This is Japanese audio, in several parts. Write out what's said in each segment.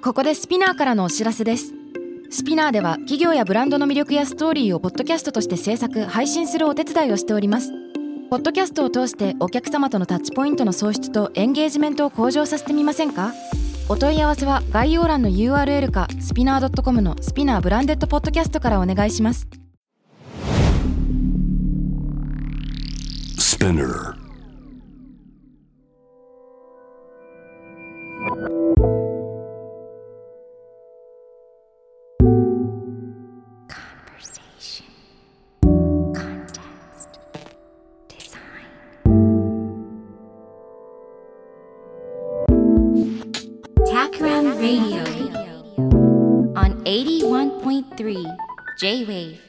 ここでスピナーからのお知らせです。スピナーでは企業やブランドの魅力やストーリーをポッドキャストとして制作・配信するお手伝いをしております。ポッドキャストを通してお客様とのタッチポイントの創出とエンゲージメントを向上させてみませんか？お問い合わせは概要欄の URL かスピナー .com のスピナーブランデッドポッドキャストからお願いします。 Spinner Takran Radio on 81.3 J-Wave。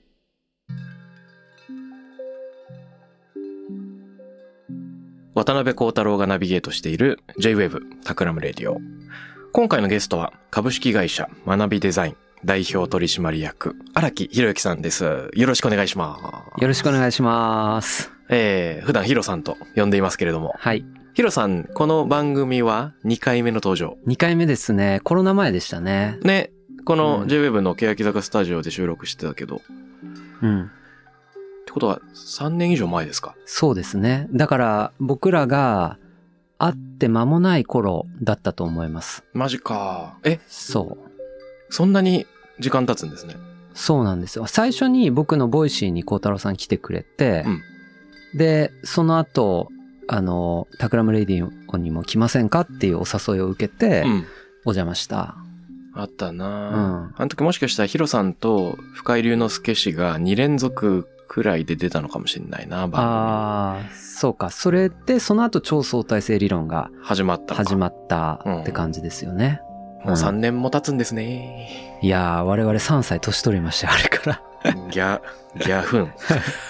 渡辺幸太郎がナビゲートしている J-Wave タクラムレディオ。今回のゲストは株式会社学びデザイン代表取締役荒木博之さんです。よろしくお願いします。 よろしくお願いします。 普段ヒロさんと呼んでいますけれども。 はい。 ヒロさん、この番組は2回目の登場。 2回目ですね。コロナ前でしたね。 ね、この J-Wave の欅坂スタジオで収録してたけど。 うん。 ってことは3年以上前ですか？ そうですね。だから僕らが会って間もない頃だったと思います。 マジか。 そう。 そんなに時間経つんですね。 そうなんですよ。最初に僕のボイシーに幸太郎さん来てくれて、で、その後、タクラムレディオにも来ませんかっていうお誘いを受けて、お邪魔した。 あったなあの時もしかしたらヒロさんと深井龍之介氏が2連続くらいで出たのかもしれないな、番組。 ああ、そうか。それで、その後超相対性理論が始まったって感じですよね。 もう3年も経つんですね。 いやー、我々3歳年取りましたよ、あれから。 ギャフン。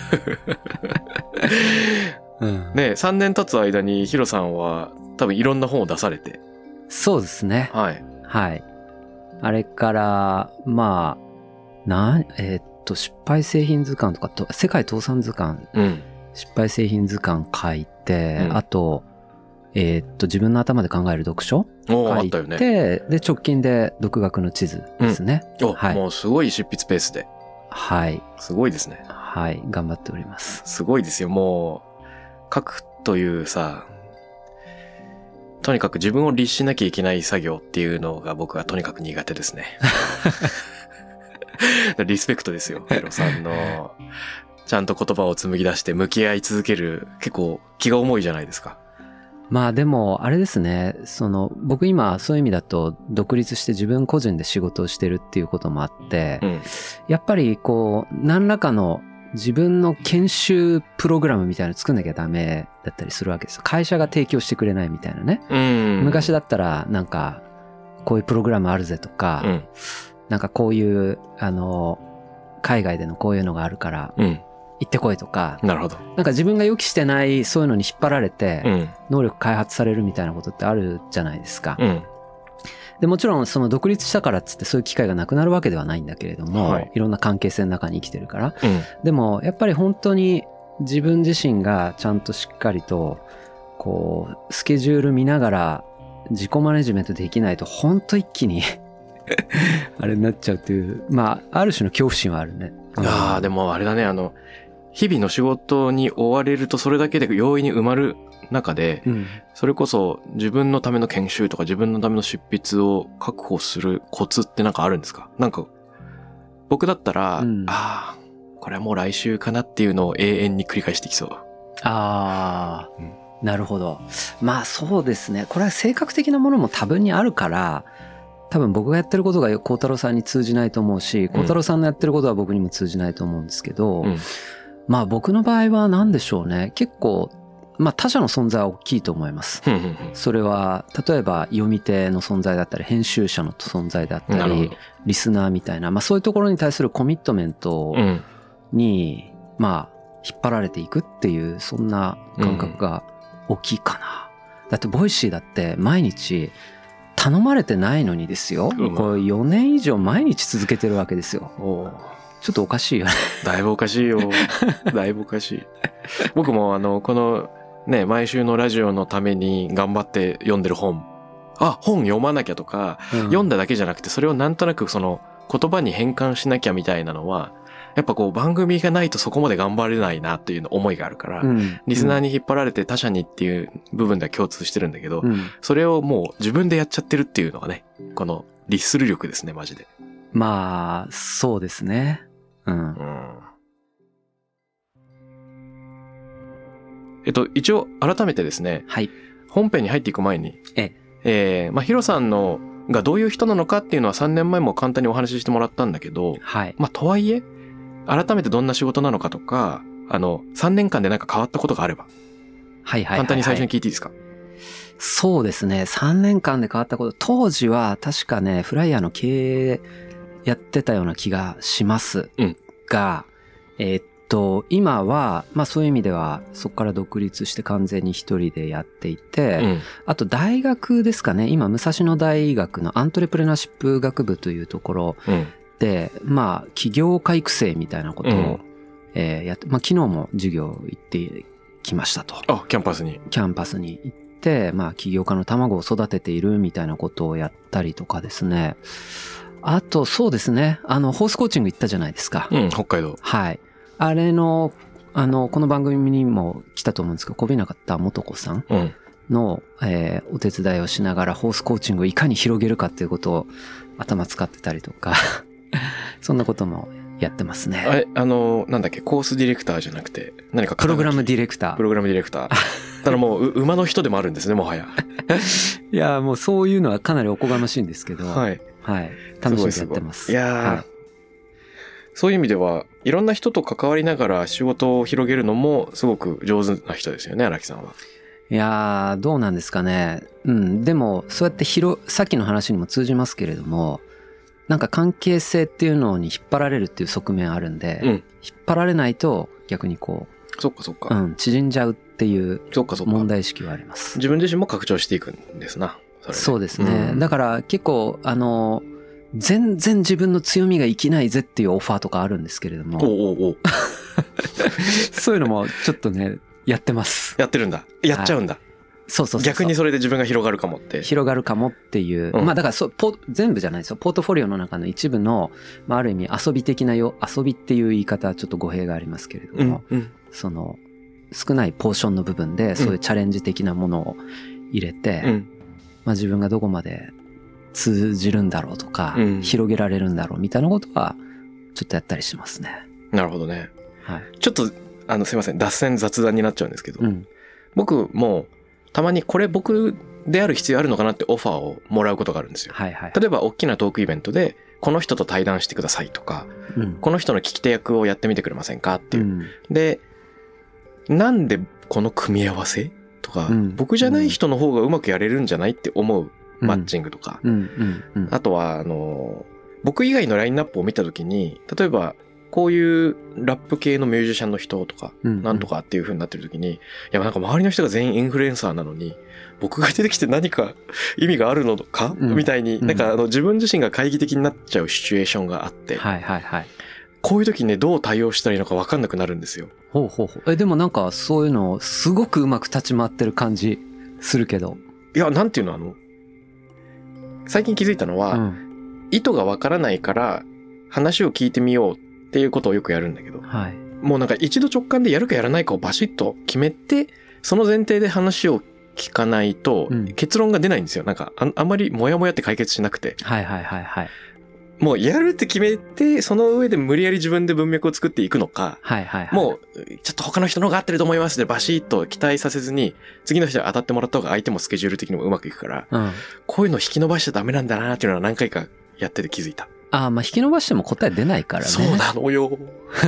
ね、3年経つ間にヒロさんは多分いろんな本を出されて。 そうですね。 はい。 はい。あれから、まあ、失敗製品図鑑とかと、世界倒産図鑑、失敗製品図鑑書いて、あと、自分の頭で考える読書書いて、で、直近で独学の地図ですね。 はい。もうすごい執筆ペースで。 はい。 すごいですね。 はい。頑張っております。 すごいですよ。もう、書くというさ、とにかく自分を律しなきゃいけない作業っていうのが僕はとにかく苦手ですね。リスペクトですよ。ヒロさんの、ちゃんと言葉を紡ぎ出して向き合い続ける、結構気が重いじゃないですか。 まあでも、あれですね。僕今そういう意味だと独立して自分個人で仕事をしてるっていうこともあって、やっぱり何らかの自分の研修プログラムみたいなの作んなきゃダメだったりするわけですよ。会社が提供してくれないみたいなね。昔だったらなんかこういうプログラムあるぜとか、なんかこういう海外でのこういうのがあるから行ってこいとか、 なるほど。 なんか自分が予期してないそういうのに引っ張られて、能力開発されるみたいなことってあるじゃないですか。でもちろんその独立したからっつってそういう機会がなくなるわけではないんだけれども、いろんな関係性の中に生きてるから、でもやっぱり本当に自分自身がちゃんとしっかりとスケジュール見ながら自己マネジメントできないと本当一気にあれになっちゃうっていう、まあある種の恐怖心はあるね。 でもあれだね、日々の仕事に追われるとそれだけで容易に埋まる中で、それこそ自分のための研修とか自分のための執筆を確保するコツってなんかあるんですか？なんか僕だったら、これはもう来週かなっていうのを永遠に繰り返してきそう。 なるほど。まあそうですね。これは性格的なものも多分にあるから、多分僕がやってることが幸太郎さんに通じないと思うし、幸太郎さんのやってることは僕にも通じないと思うんですけど、まあ僕の場合は何でしょうね。結構、まあ他者の存在は大きいと思います。それは例えば読み手の存在だったり、編集者の存在だったり、リスナーみたいな、まあそういうところに対するコミットメントに、まあ引っ張られていくっていう、そんな感覚が大きいかな。だってボイシーだって毎日頼まれてないのにですよ。これ4年以上毎日続けてるわけですよ。ちょっとおかしいよね。 だいぶおかしいよ。だいぶおかしい。僕もこのね、毎週のラジオのために頑張って読んでる本本読まなきゃとか、読んだだけじゃなくてそれをなんとなくその言葉に変換しなきゃみたいなのはやっぱこう番組がないとそこまで頑張れないなっていう思いがあるから、リスナーに引っ張られて他者にっていう部分では共通してるんだけど、それをもう自分でやっちゃってるっていうのがね、この律する力ですね、マジで。 まあそうですね。 一応改めてですね、 はい、 本編に入っていく前に、ヒロさんのがどういう人なのかっていうのは3年前も簡単にお話ししてもらったんだけど、 はい、 とはいえ改めてどんな仕事なのかとか、3年間でなんか変わったことがあれば、簡単に最初に聞いていいですか？ そうですね。3年間で変わったこと。当時は確かね、フライヤーの経営やってたような気がしますが、今は、そういう意味ではそこから独立して完全に一人でやっていて、あと大学ですかね。今、武蔵野大学のアントレプレナーシップ学部というところで、起業家育成みたいなことを、やって、昨日も授業行ってきましたと。 キャンパスに行って、起業家の卵を育てているみたいなことをやったりとかですね。あと、そうですね。ホースコーチング行ったじゃないですか。 北海道。 はい。あれの、この番組にも来たと思うんですけど、小日向元子さんの、お手伝いをしながら、ホースコーチングをいかに広げるかっていうことを頭使ってたりとか、そんなこともやってますね。 なんだっけ、コースディレクターじゃなくて、何かプログラムディレクター。ただもう、馬の人でもあるんですね、もはや。 いや、もうそういうのはかなりおこがましいんですけど、 はい。 楽しんでやってます。 いやー、そういう意味では、いろんな人と関わりながら仕事を広げるのもすごく上手な人ですよね、荒木さんは。 いやー、どうなんですかね。でも、そうやってさっきの話にも通じますけれども、なんか関係性っていうのに引っ張られるっていう側面あるんで、引っ張られないと逆にこう、 そっか。 縮んじゃうっていう問題意識はあります。 自分自身も拡張していくんですな。 そうですね。だから結構、全然自分の強みが生きないぜっていうオファーとかあるんですけれども。そういうのもちょっとね、やってます。 やってるんだ。やっちゃうんだ。 そう。 逆にそれで自分が広がるかもって。 広がるかもっていう。だから全部じゃないですよ。ポートフォリオの中の一部の、ある意味遊び的な遊びっていう言い方はちょっと語弊がありますけれども、その少ないポーションの部分でそういうチャレンジ的なものを入れて、自分がどこまで通じるんだろうとか、広げられるんだろうみたいなことはちょっとやったりしますね。 なるほどね。ちょっとすいません、雑談になっちゃうんですけど、僕もたまにこれ僕である必要あるのかなってオファーをもらうことがあるんですよ。例えば大きなトークイベントでこの人と対談してくださいとか、この人の聞き手役をやってみてくれませんかっていう、で、なんでこの組み合わせとか、僕じゃない人の方がうまくやれるんじゃないって思うマッチングとか、あとは僕以外のラインナップを見たときに、例えばこういうラップ系のミュージシャンの人とか、なんとかっていう風になってるときに、いやなんか周りの人が全員インフルエンサーなのに、僕が出てきて何か意味があるのか、みたいに、なんか自分自身が懐疑的になっちゃうシチュエーションがあって、こういう時にね、どう対応したらいいのか分かんなくなるんですよ。 でもなんかそういうのすごくうまく立ち回ってる感じするけど。いや、なんていうの、最近気づいたのは、意図が分からないから話を聞いてみようっていうことをよくやるんだけど、もうなんか一度直感でやるかやらないかをバシッと決めて、その前提で話を聞かないと結論が出ないんですよ。なんかあんまりモヤモヤって解決しなくて。もうやるって決めて、その上で無理やり自分で文脈を作っていくのか、もうちょっと他の人の方が合ってると思いますでバシッと期待させずに、次の人に当たってもらった方が相手もスケジュール的にもうまくいくから、こういうの引き伸ばしちゃダメなんだなっていうのは何回かやってて気づいた。 引き伸ばしても答え出ないからね。 そうなのよ。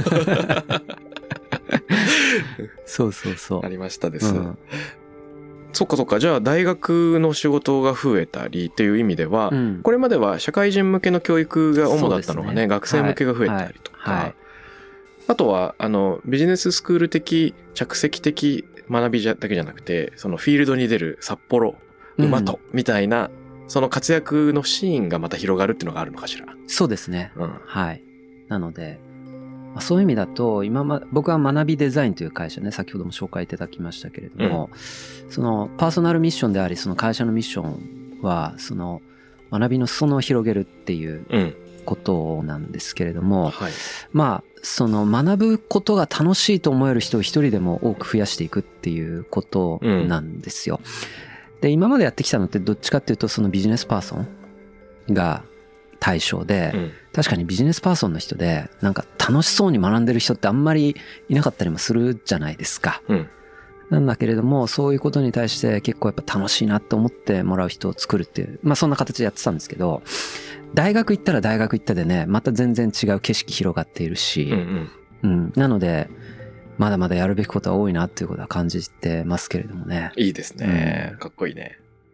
そう。 ありましたです。そっか。じゃあ大学の仕事が増えたりっていう意味では、これまでは社会人向けの教育が主だったのがね、学生向けが増えたりとか、あとはビジネススクール的着席的学びだけじゃなくて、そのフィールドに出る札幌馬とみたいな、その活躍のシーンがまた広がるっていうのがあるのかしら。 そうですね。なのでそういう意味だと僕は学びデザインという会社ね、先ほども紹介いただきましたけれども、そのパーソナルミッションでありその会社のミッションはその学びの裾野を広げるっていうことなんですけれども、 はい、 まあその学ぶことが楽しいと思える人を一人でも多く増やしていくっていうことなんですよ。で今までやってきたのってどっちかっていうとそのビジネスパーソンが対象で、確かにビジネスパーソンの人でなんか楽しそうに学んでる人ってあんまりいなかったりもするじゃないですか。なんだけれどもそういうことに対して結構やっぱ楽しいなと思ってもらう人を作るっていう、まあそんな形でやってたんですけど、大学行ったら大学行ったでね、また全然違う景色広がっているし、なのでまだまだやるべきことは多いなっていうことは感じてますけれどもね。 いいですね、かっこいいね。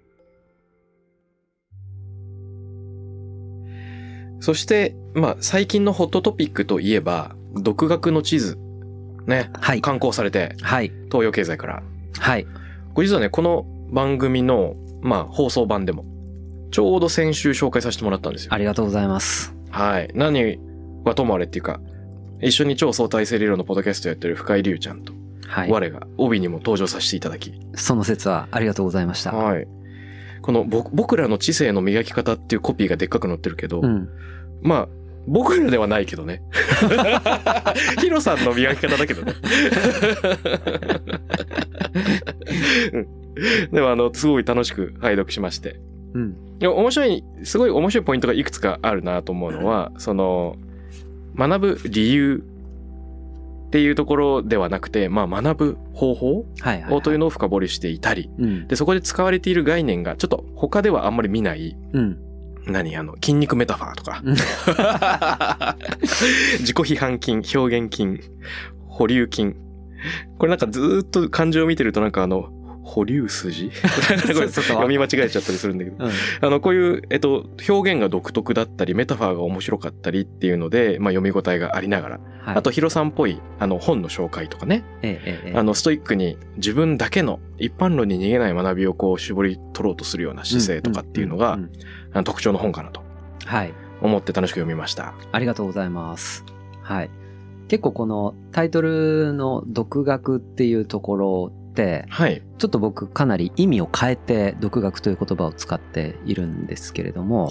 そしてまあ最近のホットトピックといえば独学の地図ね、刊行されて、東洋経済から、これ実はねこの番組のまあ放送版でもちょうど先週紹介させてもらったんですよ。 ありがとうございます。 はい。何はともあれっていうか、一緒に超相対性理論のポッドキャストやってる深井龍ちゃんと、我が帯にも登場させていただき、 その説はありがとうございました。 はい。この僕らの知性の磨き方っていうコピーがでっかく載ってるけど、まあ僕らではないけどね。ヒロさんの磨き方だけどね。でもすごい楽しく拝読しまして。すごい面白いポイントがいくつかあるなと思うのは、その学ぶ理由っていうところではなくて、まあ学ぶ方法というのを深掘りしていたり、でそこで使われている概念がちょっと他ではあんまり見ない、筋肉メタファーとか自己批判筋、表現筋、保留筋、これなんかずーっと漢字を見てるとなんか保留筋読み間違えちゃったりするんだけど、こういう、表現が独特だったりメタファーが面白かったりっていうので、まあ、読み応えがありながら、あとヒロさんっぽい本の紹介とかね、ストイックに自分だけの一般論に逃げない学びをこう絞り取ろうとするような姿勢とかっていうのが特徴の本かなと思って楽しく読みました。 ありがとうございます。結構このタイトルの独学っていうところで、ちょっと僕かなり意味を変えて独学という言葉を使っているんですけれども、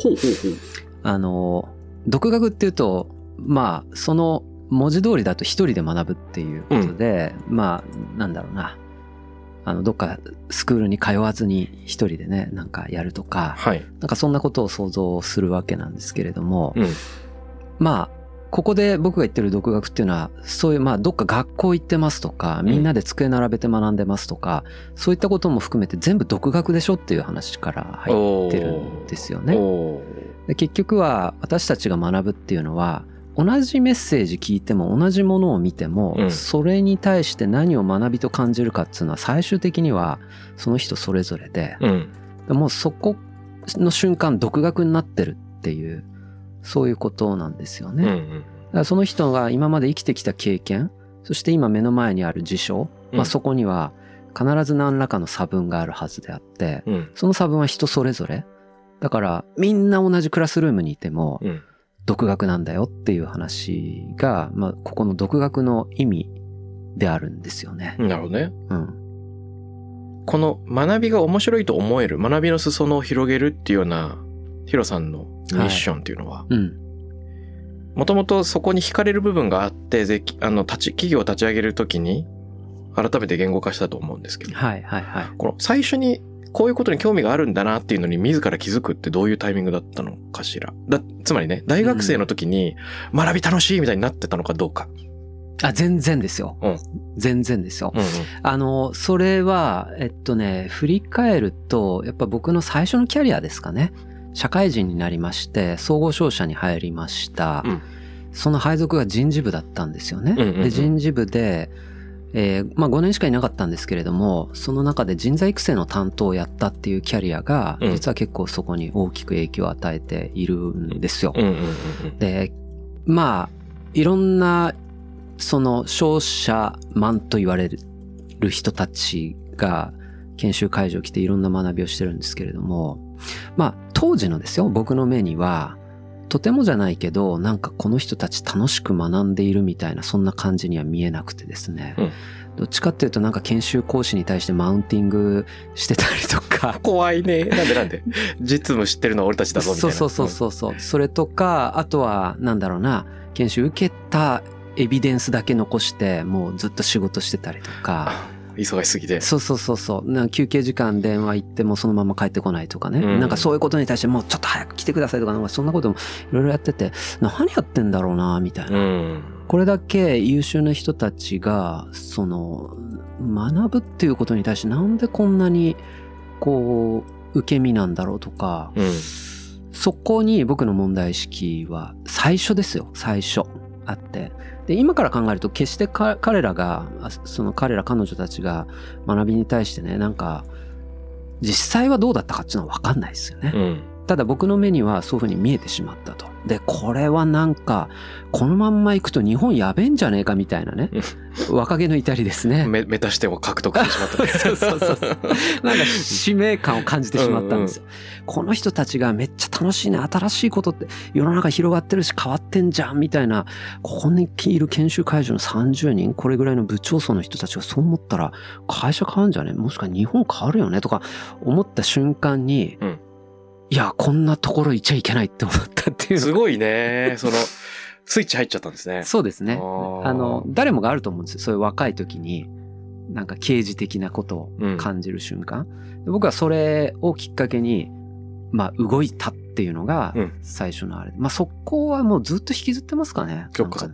独学っていうとまあその文字通りだと一人で学ぶっていうことで、まあなんだろうな、どっかスクールに通わずに一人でねなんかやるとか、なんかそんなことを想像するわけなんですけれども、まあここで僕が言ってる独学っていうのはそういうまあどっか学校行ってますとかみんなで机並べて学んでますとか、そういったことも含めて全部独学でしょっていう話から入ってるんですよね。で結局は私たちが学ぶっていうのは同じメッセージ聞いても同じものを見ても、それに対して何を学びと感じるかっていうのは最終的にはその人それぞれで、もうそこの瞬間独学になってるっていうそういうことなんですよね。だからその人が今まで生きてきた経験、そして今目の前にある事象、まあ、そこには必ず何らかの差分があるはずであって、その差分は人それぞれだからみんな同じクラスルームにいても独学なんだよっていう話が、まあ、ここの独学の意味であるんですよね。 なるほどね。この学びが面白いと思える、学びの裾野を広げるっていうようなヒロさんのミッションっていうのは、もともとそこに惹かれる部分があって、企業を立ち上げるときに改めて言語化したと思うんですけど、この最初にこういうことに興味があるんだなっていうのに自ら気づくってどういうタイミングだったのかしら。つまりね、大学生の時に学び楽しいみたいになってたのかどうか。 全然ですよ。全然ですよ。それは振り返るとやっぱ僕の最初のキャリアですかね。社会人になりまして総合商社に入りました、その配属が人事部だったんですよね。で人事部で、まあ5年しかいなかったんですけれども、その中で人材育成の担当をやったっていうキャリアが実は結構そこに大きく影響を与えているんですよ。でまあいろんなその商社マンと言われる人たちが研修会場来ていろんな学びをしてるんですけれども、まあ当時のですよ、僕の目にはとてもじゃないけどなんかこの人たち楽しく学んでいるみたいなそんな感じには見えなくてですね、 どっちかっていうとなんか研修講師に対してマウンティングしてたりとか。 怖いね。なんで実務知ってるのは俺たちだぞみたいな。 そう。それとか、あとはなんだろうな、研修受けたエビデンスだけ残してもうずっと仕事してたりとか。 忙しすぎて。 そう。休憩時間電話行ってもそのまま帰ってこないとかね。なんかそういうことに対してもうちょっと早く来てくださいとか、なんかそんなこともいろいろやってて、何やってんだろうな、みたいな。これだけ優秀な人たちが、学ぶっていうことに対してなんでこんなに、受け身なんだろうとか、そこに僕の問題意識は最初あって。で、今から考えると決して彼ら彼女たちが学びに対してね、なんか、実際はどうだったかっていうのは分かんないですよね。ただ僕の目にはそういうふうに見えてしまったと。で、これはなんか、このまんま行くと日本やべえんじゃねえかみたいなね。若気の至りですね。 メタ視点を獲得してしまった。 そう。なんか使命感を感じてしまったんですよ。この人たちがめっちゃ楽しいね。新しいことって世の中広がってるし変わってんじゃんみたいな。ここにいる研修会場の30人、これぐらいの部長層の人たちがそう思ったら会社変わるんじゃね？もしくは日本変わるよねとか思った瞬間に、いや、こんなところいちゃいけないって思ったっていうの。 すごいね。スイッチ入っちゃったんですね。 そうですね。誰もがあると思うんですよ。そういう若い時に、なんか啓示的なことを感じる瞬間。僕はそれをきっかけに、動いたっていうのが最初のあれ。そこはもうずっと引きずってますかね。 そっか。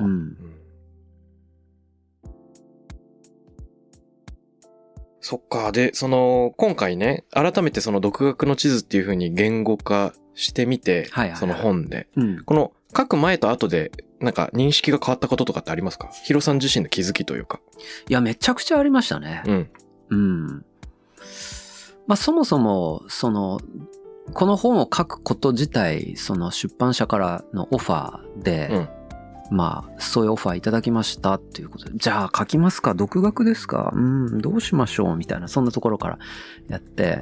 そっか。で、今回ね、改めて独学の地図っていう風に言語化してみて、その本で。この書く前と後で、なんか認識が変わったこととかってありますか？ヒロさん自身の気づきというか。 いや、めちゃくちゃありましたね。そもそも、この本を書くこと自体、出版社からのオファーで、そういうオファーいただきましたっていうことで、じゃあ書きますか？独学ですか？どうしましょうみたいな、そんなところからやって、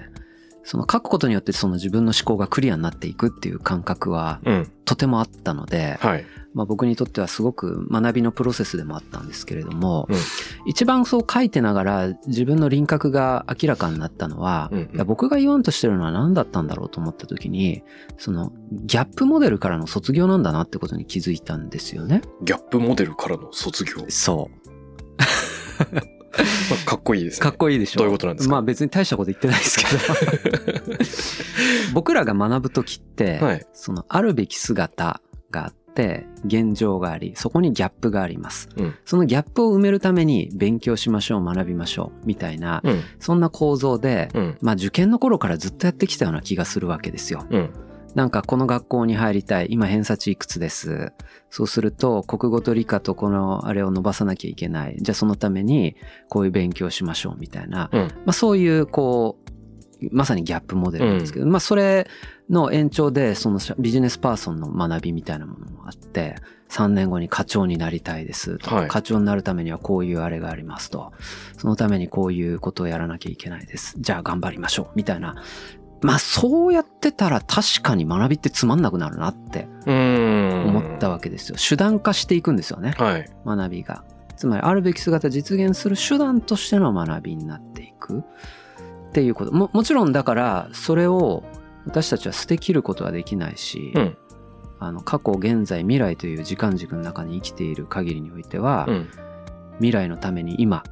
書くことによって自分の思考がクリアになっていくっていう感覚はとてもあったので、僕にとってはすごく学びのプロセスでもあったんですけれども、一番そう書いてながら自分の輪郭が明らかになったのは、いや僕が言わんとしてるのは何だったんだろうと思った時に、ギャップモデルからの卒業なんだなってことに気づいたんですよね。 ギャップモデルからの卒業。 そう。 かっこいいですね。 かっこいいでしょ。 どういうことなんですか？ 別に大したこと言ってないですけど僕らが学ぶときって、あるべき姿があって現状があり、そこにギャップがあります、そのギャップを埋めるために勉強しましょう、学びましょうみたいな、そんな構造で、受験の頃からずっとやってきたような気がするわけですよ、なんかこの学校に入りたい、今偏差値いくつです、そうすると国語と理科とこのあれを伸ばさなきゃいけない、じゃあそのためにこういう勉強しましょうみたいな、そういうまさにギャップモデルなんですけど、それの延長でビジネスパーソンの学びみたいなものもあって、3年後に課長になりたいですと、課長になるためにはこういうあれがありますと、そのためにこういうことをやらなきゃいけないです、じゃあ頑張りましょうみたいな、そうやってたら確かに学びってつまんなくなるなって思ったわけですよ。手段化していくんですよね、学びが。つまりあるべき姿を実現する手段としての学びになっていくっていうこと。もちろんだからそれを私たちは捨て切ることはできないし、過去現在未来という時間軸の中に生きている限りにおいては、未来のために今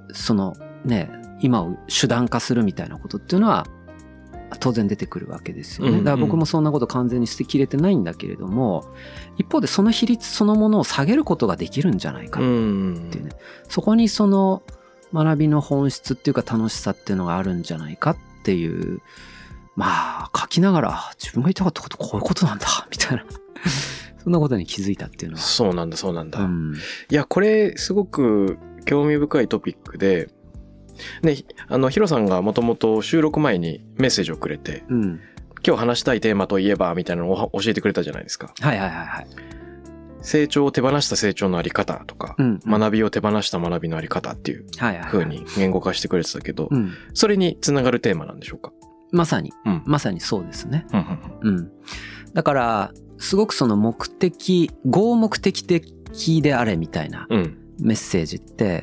今を手段化するみたいなことっていうのは当然出てくるわけですよね。だから僕もそんなこと完全に捨てきれてないんだけれども、一方でその比率そのものを下げることができるんじゃないかっていうね、そこに学びの本質っていうか楽しさっていうのがあるんじゃないかっていう、書きながら自分が言いたかったことこういうことなんだみたいなそんなことに気づいたっていうのは。 そうなんだ。いや、これすごく興味深いトピックで、ね、ヒロさんがもともと収録前にメッセージをくれて、今日話したいテーマといえばみたいなのを教えてくれたじゃないですか。成長を手放した成長のあり方とか、学びを手放した学びのあり方っていう風に言語化してくれてたけど、それにつながるテーマなんでしょうか？ まさにそうですね。だからすごく合目的的であれみたいなメッセージって、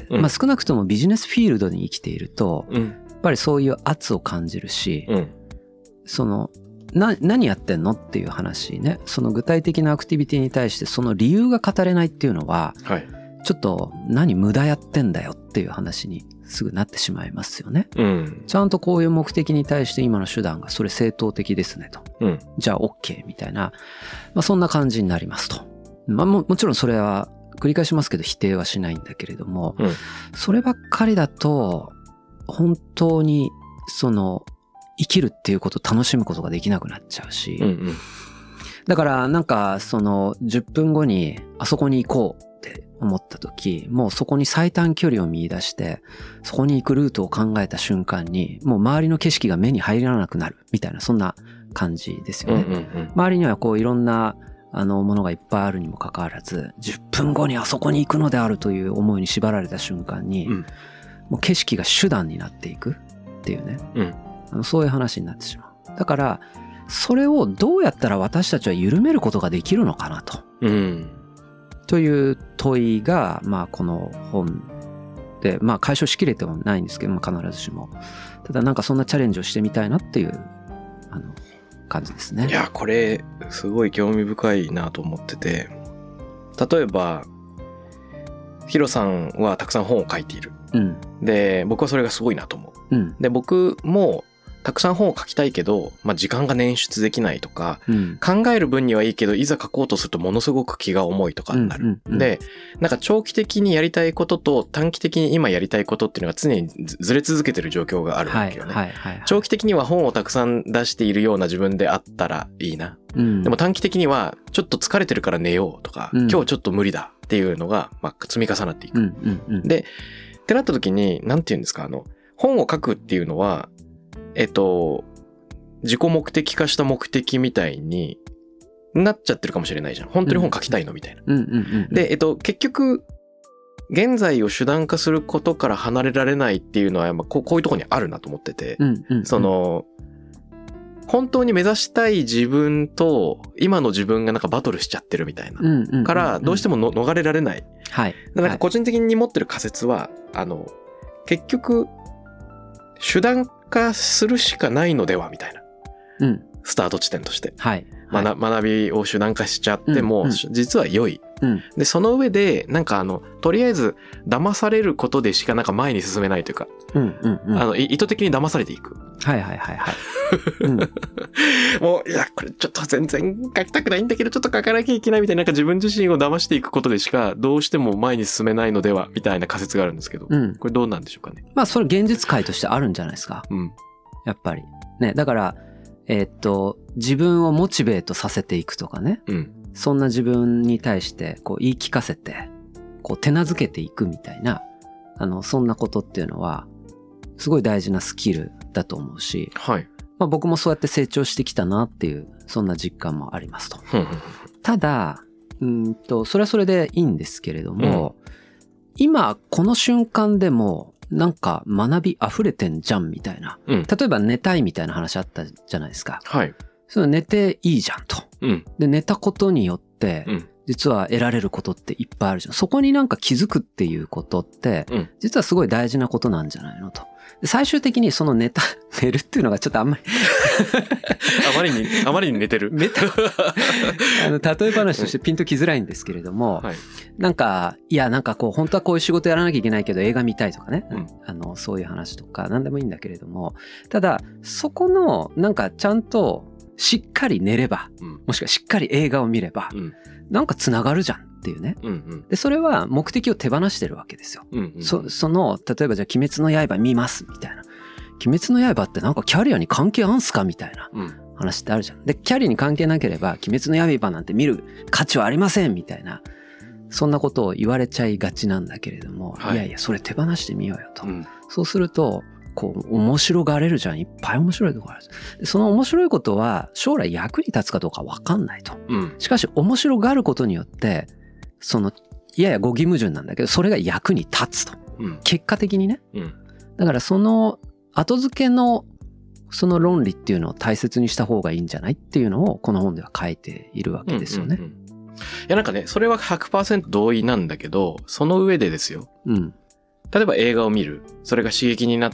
まあ少なくともビジネスフィールドに生きていると、やっぱりそういう圧を感じるし、その何やってんのっていう話ね、その具体的なアクティビティに対してその理由が語れないっていうのは、ちょっと無駄やってんだよっていう話にすぐなってしまいますよね。ちゃんとこういう目的に対して今の手段がそれ正当的ですねと。じゃあ OK みたいな、まあそんな感じになりますと。まあもちろんそれは繰り返しますけど否定はしないんだけれども、そればっかりだと本当にその生きるっていうことを楽しむことができなくなっちゃうし、だからなんかその10分後にあそこに行こうって思った時、もうそこに最短距離を見出してそこに行くルートを考えた瞬間にもう周りの景色が目に入らなくなるみたいな、そんな感じですよね。周りにはこういろんなものがいっぱいあるにもかかわらず、10分後にあそこに行くのであるという思いに縛られた瞬間に、もう景色が手段になっていくっていうね、そういう話になってしまう。だからそれをどうやったら私たちは緩めることができるのかなと、という問いがまあこの本でまあ解消しきれてもないんですけども、必ずしもただなんかそんなチャレンジをしてみたいなっていう感じですね。 いやこれすごい興味深いなと思ってて、例えばヒロさんはたくさん本を書いている、で僕はそれがすごいなと思う、で僕もたくさん本を書きたいけど、まあ、時間が捻出できないとか、考える分にはいいけどいざ書こうとするとものすごく気が重いとかになる、でなんか長期的にやりたいことと短期的に今やりたいことっていうのが常にずれ続けてる状況があるわけよね。長期的には本をたくさん出しているような自分であったらいいな、でも短期的にはちょっと疲れてるから寝ようとか、今日ちょっと無理だっていうのがまあ積み重なっていく、でってなった時になんていうんですか、本を書くっていうのは自己目的化した目的みたいになっちゃってるかもしれないじゃん。本当に本書きたいのみたいな。で、結局、現在を手段化することから離れられないっていうのは、こういうところにあるなと思ってて、本当に目指したい自分と今の自分がなんかバトルしちゃってるみたいな。から、どうしても逃れられない。なんか個人的に持ってる仮説は、結局、手段化するしかないのではみたいな、スタート地点として、学びを手段化しちゃっても、実は良い、でその上でなんかとりあえず騙されることでしかなんか前に進めないというか、意図的に騙されていく。もういやこれちょっと全然書きたくないんだけどちょっと書かなきゃいけないみたいな、なんか自分自身を騙していくことでしかどうしても前に進めないのではみたいな仮説があるんですけど、これどうなんでしょうかね。 まあそれ現実界としてあるんじゃないですか、やっぱりね。だから自分をモチベートさせていくとかね、そんな自分に対してこう言い聞かせてこう手なずけていくみたいなそんなことっていうのはすごい大事なスキルだと思うし、まあ、僕もそうやって成長してきたなっていうそんな実感もありますと。ただそれはそれでいいんですけれども、今この瞬間でもなんか学び溢れてんじゃんみたいな、例えば寝たいみたいな話あったじゃないですか。その寝ていいじゃんと、で寝たことによって、実は得られることっていっぱいあるじゃん。そこになんか気づくっていうことって、実はすごい大事なことなんじゃないのと。で最終的にその寝るっていうのがちょっとあんまりあまりに寝てる例え話としてピンときづらいんですけれども、なんかいやなんかこう本当はこういう仕事やらなきゃいけないけど映画見たいとかね、そういう話とか何でもいいんだけれども、ただそこのなんかちゃんとしっかり寝れば、もしくはしっかり映画を見れば、なんかつながるじゃんっていうね、でそれは目的を手放してるわけですよ、その例えばじゃあ鬼滅の刃見ますみたいな、鬼滅の刃ってなんかキャリアに関係あんすかみたいな話ってあるじゃん。でキャリアに関係なければ鬼滅の刃なんて見る価値はありませんみたいな、そんなことを言われちゃいがちなんだけれども、いやいやそれ手放してみようよと、そうするとこう面白がれるじゃん。いっぱい面白いところある。でその面白いことは将来役に立つかどうか分かんないと、しかし面白がることによってそのやや語義矛盾なんだけどそれが役に立つと、結果的にね、だからその後付けのその論理っていうのを大切にした方がいいんじゃないっていうのをこの本では書いているわけですよね。 やなんかね、それは 100% 同意なんだけど、その上でですよ。 うん。 例えば映画を見る。それが刺激になって、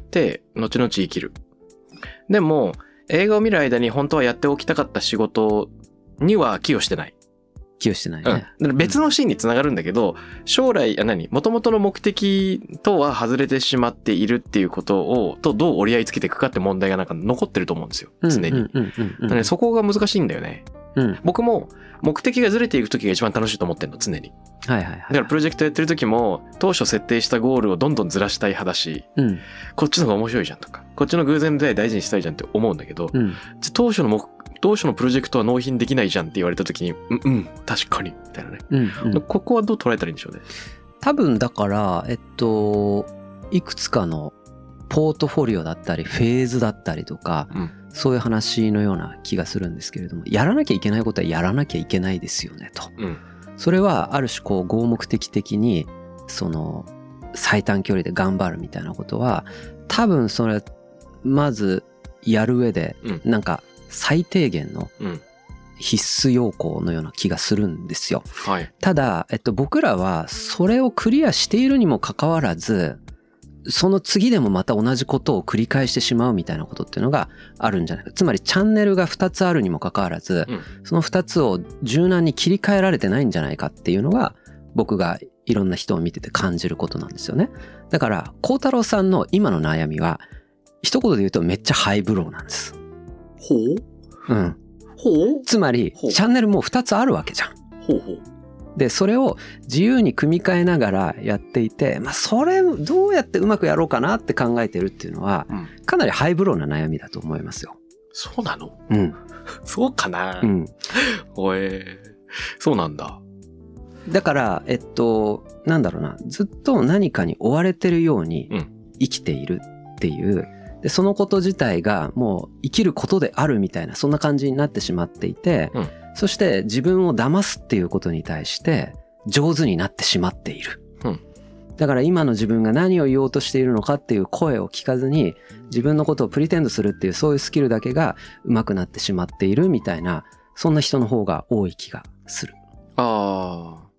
後々生きる。でも、映画を見る間に本当はやっておきたかった仕事には寄与してない。 寄与してないね。 うん。別のシーンにつながるんだけど、将来、元々の目的とは外れてしまっているっていうこととどう折り合いつけていくかって問題がなんか残ってると思うんですよ。常に。そこが難しいんだよね。 うん。 僕も目的がずれていく時が一番楽しいと思ってるの、常に。 はいはいはい。 だからプロジェクトやってる時も、当初設定したゴールをどんどんずらしたい派だし、 うん、 こっちの方が面白いじゃんとか、こっちの偶然で大事にしたいじゃんって思うんだけど、 うん、 当初のプロジェクトは納品できないじゃんって言われた時に、確かに、みたいなね。ここはどう捉えたらいいんでしょうね。 多分だから、いくつかのポートフォリオだったり、フェーズだったりとか、そういう話のような気がするんですけれども、やらなきゃいけないことはやらなきゃいけないですよね、と。それはある種合目的的に最短距離で頑張るみたいなことは多分それまずやる上でなんか最低限の必須要項のような気がするんですよ。 はい、 ただ、僕らはそれをクリアしているにもかかわらずその次でもまた同じことを繰り返してしまうみたいなことっていうのがあるんじゃないか。つまりチャンネルが2つあるにもかかわらず、その2つを柔軟に切り替えられてないんじゃないかっていうのが僕がいろんな人を見てて感じることなんですよね。だから孝太郎さんの今の悩みは一言で言うとめっちゃハイブローなんです。 ほう？うん。ほう？ つまりチャンネルもう2つあるわけじゃん。 ほうほう。 でそれを自由に組み替えながらやっていて、それどうやってうまくやろうかなって考えてるっていうのは、かなりハイブローな悩みだと思いますよ。 そうなの？ うん。 そうかな？うん。そうなんだ。 だからなんだろうな、ずっと何かに追われてるように生きているっていう、でそのこと自体がもう生きることであるみたいなそんな感じになってしまっていて、そして自分を騙すっていうことに対して上手になってしまっている。だから今の自分が何を言おうとしているのかっていう声を聞かずに自分のことをプリテンドするっていうそういうスキルだけが上手くなってしまっているみたいな、そんな人の方が多い気がする。 ああ。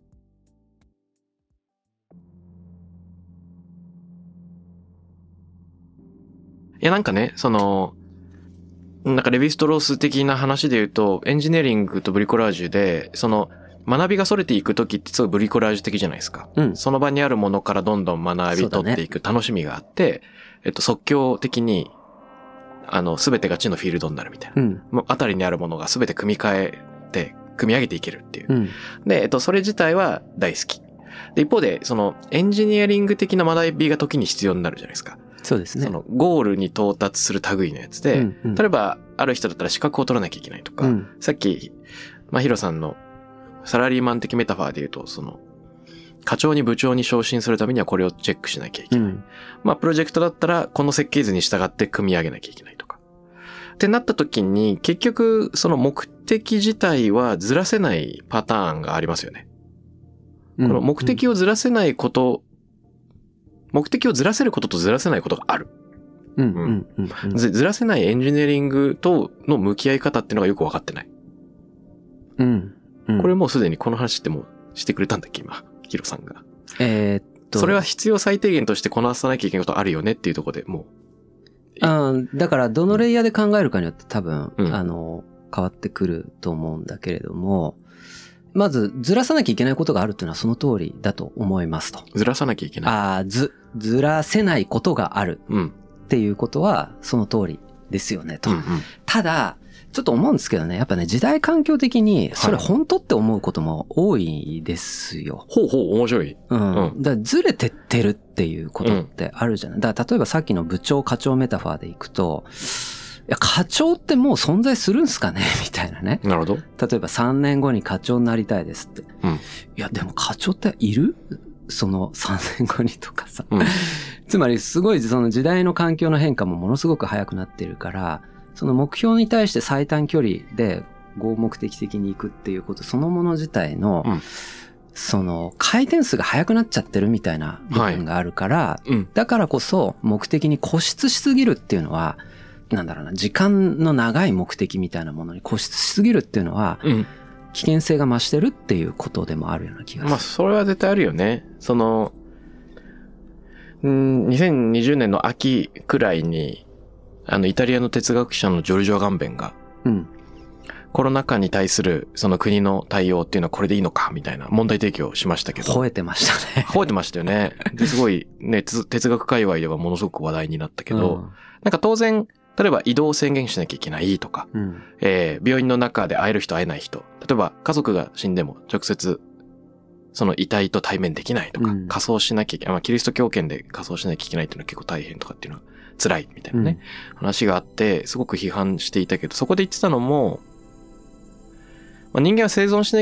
いやなんかね、なんかレヴィストロース的な話で言うと、エンジニアリングとブリコラージュで、学びがそれていくときってすごいブリコラージュ的じゃないですか。その場にあるものからどんどん学び取っていく楽しみがあって、即興的に、すべてが地のフィールドになるみたいな。あたりにあるものがすべて組み替えて、組み上げていけるっていう。で、それ自体は大好き。で、一方で、エンジニアリング的な学びが時に必要になるじゃないですか。 そうですね。 ゴールに到達する類のやつで、例えば、ある人だったら資格を取らなきゃいけないとか、さっき、ヒロさんのサラリーマン的メタファーで言うと、課長に部長に昇進するためにはこれをチェックしなきゃいけない。プロジェクトだったら、この設計図に従って組み上げなきゃいけないとか。ってなった時に、結局、その目的自体はずらせないパターンがありますよね。この目的をずらせないこと、目的をずらせることとずらせないことがある。ずらせないエンジニアリングとの向き合い方っていうのがよく分かってない。これもうすでにこの話ってもうしてくれたんだっけ今、ヒロさんが。それは必要最低限としてこなさなきゃいけないことあるよねっていうところでもう。だからどのレイヤーで考えるかによって多分、変わってくると思うんだけれども、まずずらさなきゃいけないことがあるっていうのはその通りだと思いますと。 ずらさなきゃいけない。 ずらせないことがあるっていうことはその通りですよねと。ただちょっと思うんですけどね、やっぱね時代環境的にそれ本当って思うことも多いですよ。 ほうほう面白い。 だからずれてってるっていうことってあるじゃない。だから例えばさっきの部長課長メタファーでいくと。いや、課長ってもう存在するんすかねみたいなね。 なるほど。 例えば3年後に課長になりたいですって。いや、でも課長っている？その3年後にとかさ。つまりすごいその時代の環境の変化もものすごく早くなってるから、その目標に対して最短距離で合目的的に行くっていうことそのもの自体の、その回転数が速くなっちゃってるみたいな部分があるから、だからこそ目的に固執しすぎるっていうのは、なんだろうな、時間の長い目的みたいなものに固執しすぎるっていうのは、 危険性が増してるっていうことでもあるような気がする。 まあそれは絶対あるよね。2020年の秋くらいにイタリアの哲学者のジョルジョ・アガンベンが、コロナ禍に対するその国の対応っていうのはこれでいいのかみたいな問題提起をしましたけど。 吠えてましたね。 吠えてましたよね。ですごいね、哲学界隈ではものすごく話題になったけど、なんか当然、例えば移動を制限しなきゃいけないとか、病院の中で会える人会えない人、例えば家族が死んでも直接その遺体と対面できないとか、火葬しなきゃいけない、キリスト教圏で火葬しなきゃいけないっていうのは結構大変とかっていうのは辛いみたいなね、話があって、すごく批判していたけど、そこで言ってたのも、人間は生存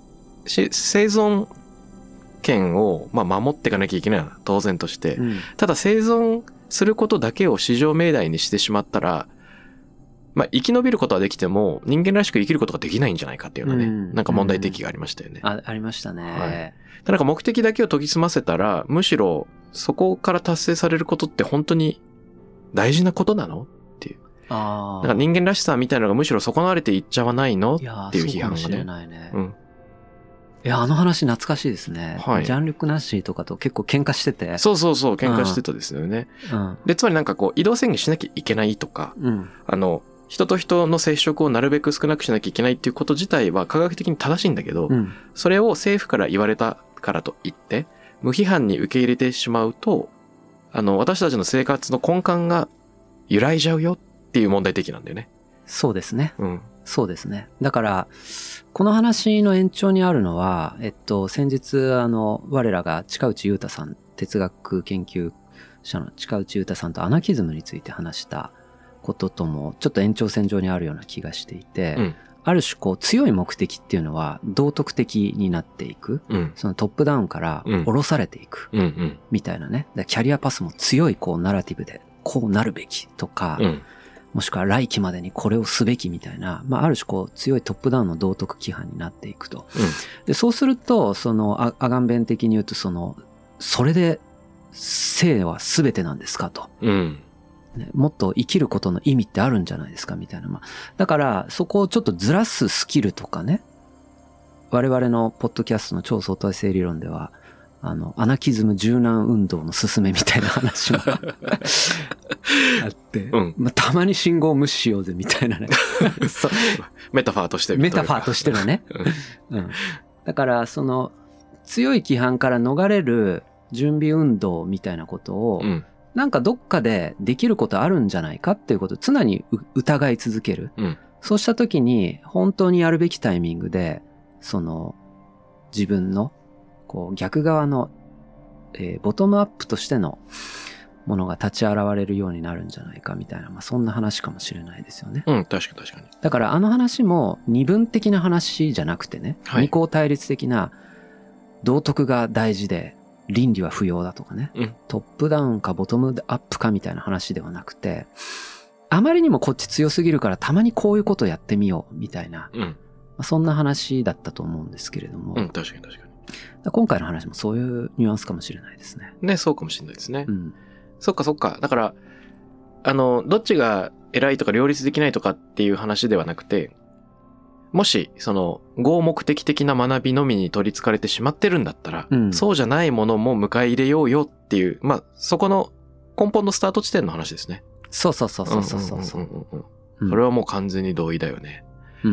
権を守っていかなきゃいけないのは当然として、ただ生存することだけを至上命題にしてしまったら、生き延びることはできても人間らしく生きることができないんじゃないかっていうのはね、なんか問題提起がありましたよね。 ありましたね。 なんか目的だけを研ぎ澄ませたら、むしろそこから達成されることって本当に大事なことなのっていう。なんか人間らしさみたいなのがむしろ損なわれていっちゃわないのっていう批判がね。 そうかもしれないね。いや、話懐かしいですね。ジャンルック・ナッシーとかと結構喧嘩してて。 そう、喧嘩してたですよね。で、つまりなんか移動制限しなきゃいけないとか、人と人の接触をなるべく少なくしなきゃいけないっていうこと自体は科学的に正しいんだけど、それを政府から言われたからといって、無批判に受け入れてしまうと、私たちの生活の根幹が揺らいじゃうよっていう問題提起なんだよね。 そうですね。そうですね。だから、この話の延長にあるのは、先日、我らが近内裕太さん、哲学研究者の近内裕太さんとアナキズムについて話したこととも、ちょっと延長線上にあるような気がしていて、ある種強い目的っていうのは道徳的になっていく。そのトップダウンから下ろされていく。みたいなね。キャリアパスも強いナラティブで、こうなるべきとか、もしくは来期までにこれをすべきみたいな、ある種強いトップダウンの道徳規範になっていくと。で、そうすると、アガンベン的に言うと、それで生は全てなんですかと。もっと生きることの意味ってあるんじゃないですかみたいな。だから、そこをちょっとずらすスキルとかね、我々のポッドキャストの超相対性理論では、アナキズム柔軟運動の勧めみたいな話もあって、たまに信号を無視しようぜみたいなね。 メタファーとしてのね。だから、強い規範から逃れる準備運動みたいなことを、なんかどっかでできることあるんじゃないかっていうことを常に疑い続ける。そうした時に本当にやるべきタイミングで、自分の逆側の、ボトムアップとしてのものが立ち現れるようになるんじゃないかみたいな、そんな話かもしれないですよね。 確かに。 だから話も二分的な話じゃなくてね、二項対立的な道徳が大事で倫理は不要だとかね、トップダウンかボトムアップかみたいな話ではなくて、あまりにもこっち強すぎるからたまにこういうことやってみようみたいな、そんな話だったと思うんですけれども。 確かに。 今回の話もそういうニュアンスかもしれないですね。 ね、そうかもしれないですね。そっか。だから、どっちが偉いとか両立できないとかっていう話ではなくて、もし、合目的的な学びのみに取り憑かれてしまってるんだったら、そうじゃないものも迎え入れようよっていう、そこの根本のスタート地点の話ですね。 そう。それはもう完全に同意だよね。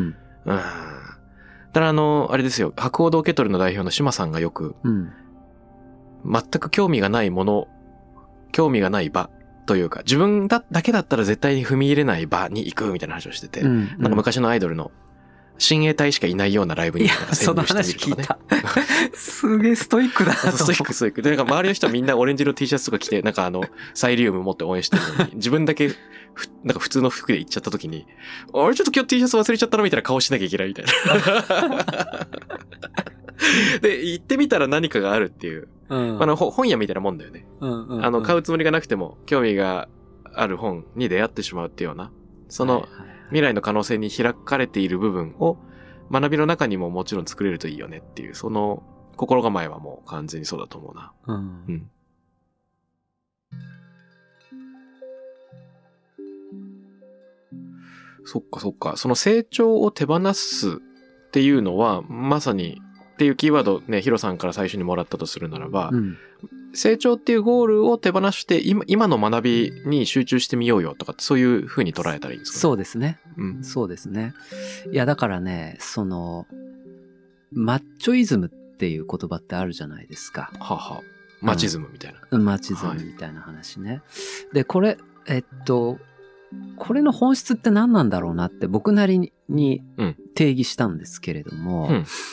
だからあれですよ、博報堂受け取りの代表の島さんがよく、全く興味がないもの、興味がない場というか、自分だけだったら絶対に踏み入れない場に行くみたいな話をしてて、なんか昔のアイドルの親衛隊しかいないようなライブにその話聞いた。すげえストイックだなと。 ストイック。で、なんか周りの人はみんなオレンジ色 T シャツとか着て、なんかサイリウム持って応援してるのに、自分だけなんか普通の服で行っちゃった時に、あれちょっと今日 T シャツ忘れちゃったのみたいな顔しなきゃいけないみたいな。で、行ってみたら何かがあるっていう。本屋みたいなもんだよね。買うつもりがなくても興味がある本に出会ってしまうっていうような、未来の可能性に開かれている部分を学びの中にももちろん作れるといいよねっていう、その心構えはもう完全にそうだと思うな。そっか。その成長を手放すっっていうのはまさにっていうキーワードね、ヒロさんから最初にもらったとするならば、成長っていうゴールを手放して今の学びに集中してみようよとかってそういう風に捉えたらいいんですかね。 そうですね。そうですね。いやだからね、そのマッチョイズムっていう言葉ってあるじゃないですか。 はは。マチズムみたいな。 マチズムみたいな話ね。でこれこれの本質って何なんだろうなって僕なりに定義したんですけれども、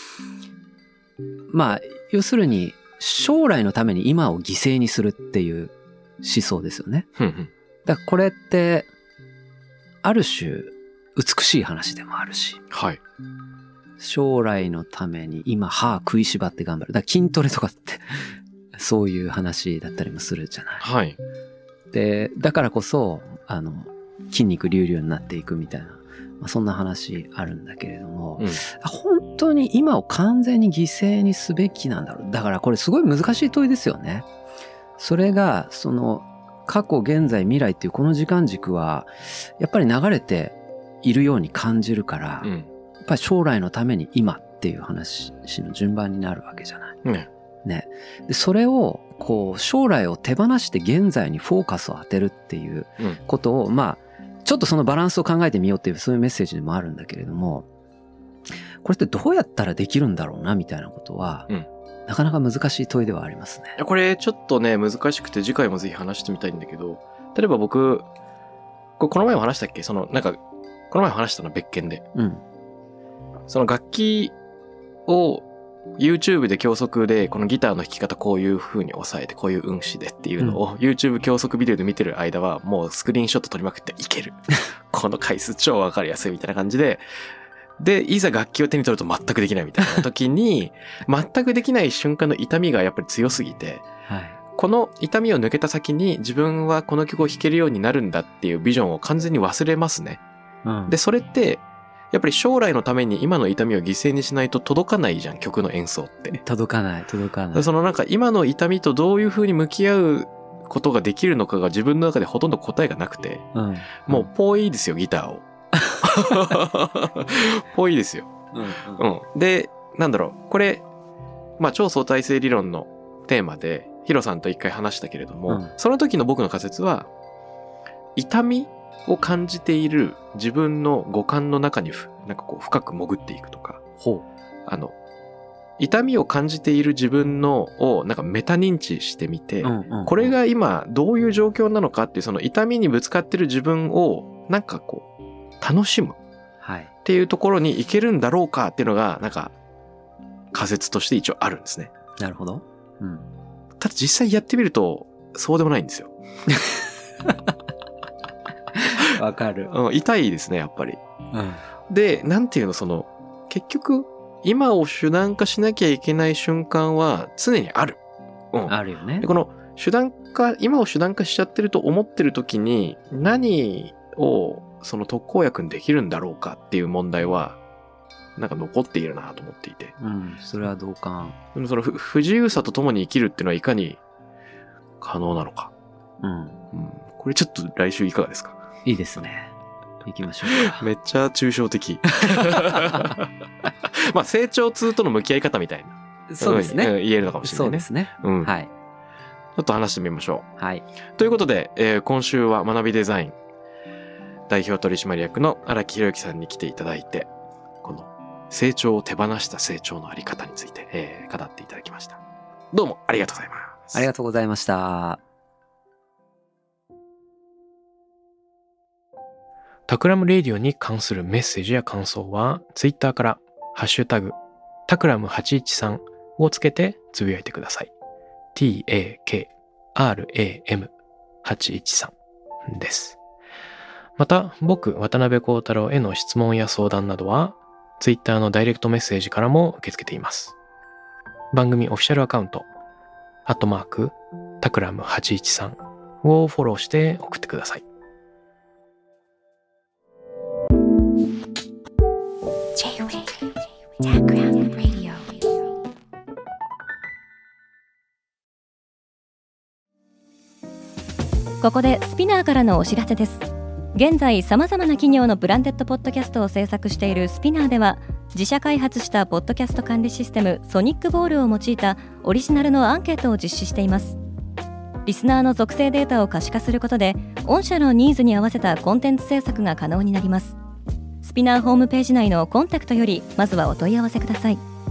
まあ要するに将来のために今を犠牲にするっていう思想ですよね。だからこれってある種美しい話でもあるし、 はい、 将来のために今歯食いしばって頑張る。だから筋トレとかってそういう話だったりもするじゃない。 はい。 でだからこそ筋肉隆々になっていくみたいな、そんな話あるんだけれども、本当に今を完全に犠牲にすべきなんだろう。だからこれすごい難しい問いですよね。それがその過去現在未来っていうこの時間軸はやっぱり流れているように感じるから、やっぱり将来のために今っていう話の順番になるわけじゃない。ね。でそれをこう将来を手放して現在にフォーカスを当てるっていうことを、ちょっとそのバランスを考えてみようっていうそういうメッセージでもあるんだけれども、これってどうやったらできるんだろうなみたいなことは、なかなか難しい問いではありますね。 これちょっとね難しくて次回もぜひ話してみたいんだけど、例えば僕この前も話したっけ、この前も話したの別件で、その楽器を YouTube で教則でこのギターの弾き方こういう風に押さえてこういう運指でっていうのを YouTube 教則ビデオで見てる間はもうスクリーンショット撮りまくっていけるこの回数超わかりやすいみたいな感じで、いざ楽器を手に取ると全くできないみたいな時に全くできない瞬間の痛みがやっぱり強すぎて、この痛みを抜けた先に自分はこの曲を弾けるようになるんだっていうビジョンを完全に忘れますね。でそれってやっぱり将来のために今の痛みを犠牲にしないと届かないじゃん、曲の演奏って。 届かない。 その今の痛みとどういう風に向き合うことができるのかが自分の中でほとんど答えがなくて、もうポイですよ、ギターを。ポイですよ。で、これ、超相対性理論のテーマでヒロさんと一回話したけれども、その時の僕の仮説は、痛みを感じている自分の五感の中に深く潜っていくとか、痛みを感じている自分のをメタ認知してみて、これが今どういう状況なのかっていうその痛みにぶつかってる自分を楽しむっていうところに行けるんだろうかっていうのが仮説として一応あるんですね。 なるほど。 ただ実際やってみるとそうでもないんですよ。 わかる。 痛いですね、やっぱり。で、結局、今を手段化しなきゃいけない瞬間は常にある。 あるよね。 でこの今を手段化しちゃってると思ってる時に、何をその特効薬にできるんだろうかっていう問題は、残っているなと思っていて。 それは同感。 でもその不自由さと共に生きるっていうのはいかに可能なのか。これちょっと来週いかがですか？ いいですね。行きましょうか。 めっちゃ抽象的。成長痛との向き合い方みたいな。 そうですね。 言えるのかもしれないね。 そうですね。はい。 ちょっと話してみましょう。はい。 ということで、今週は学びデザイン代表取締役の荒木宏之さんに来ていただいて、この成長を手放した成長のあり方について、語っていただきました。どうもありがとうございます。 ありがとうございました。 タクラムレディオに関するメッセージや感想は、ツイッターからハッシュタグタクラム813をつけてつぶやいてください。TAKRAM813 です。また、僕、渡辺幸太郎への質問や相談などは、ツイッターのダイレクトメッセージからも受け付けています。番組オフィシャルアカウント、タクラム813をフォローして送ってください。 ここでスピナーからのお知らせです。 現在さまざまな企業のブランデッドポッドキャストを制作しているスピナーでは、自社開発したポッドキャスト管理システムソニックボールを用いたオリジナルのアンケートを実施しています。リスナーの属性データを可視化することで、御社のニーズに合わせたコンテンツ制作が可能になります。スピナーホームページ内のコンタクトよりまずはお問い合わせください。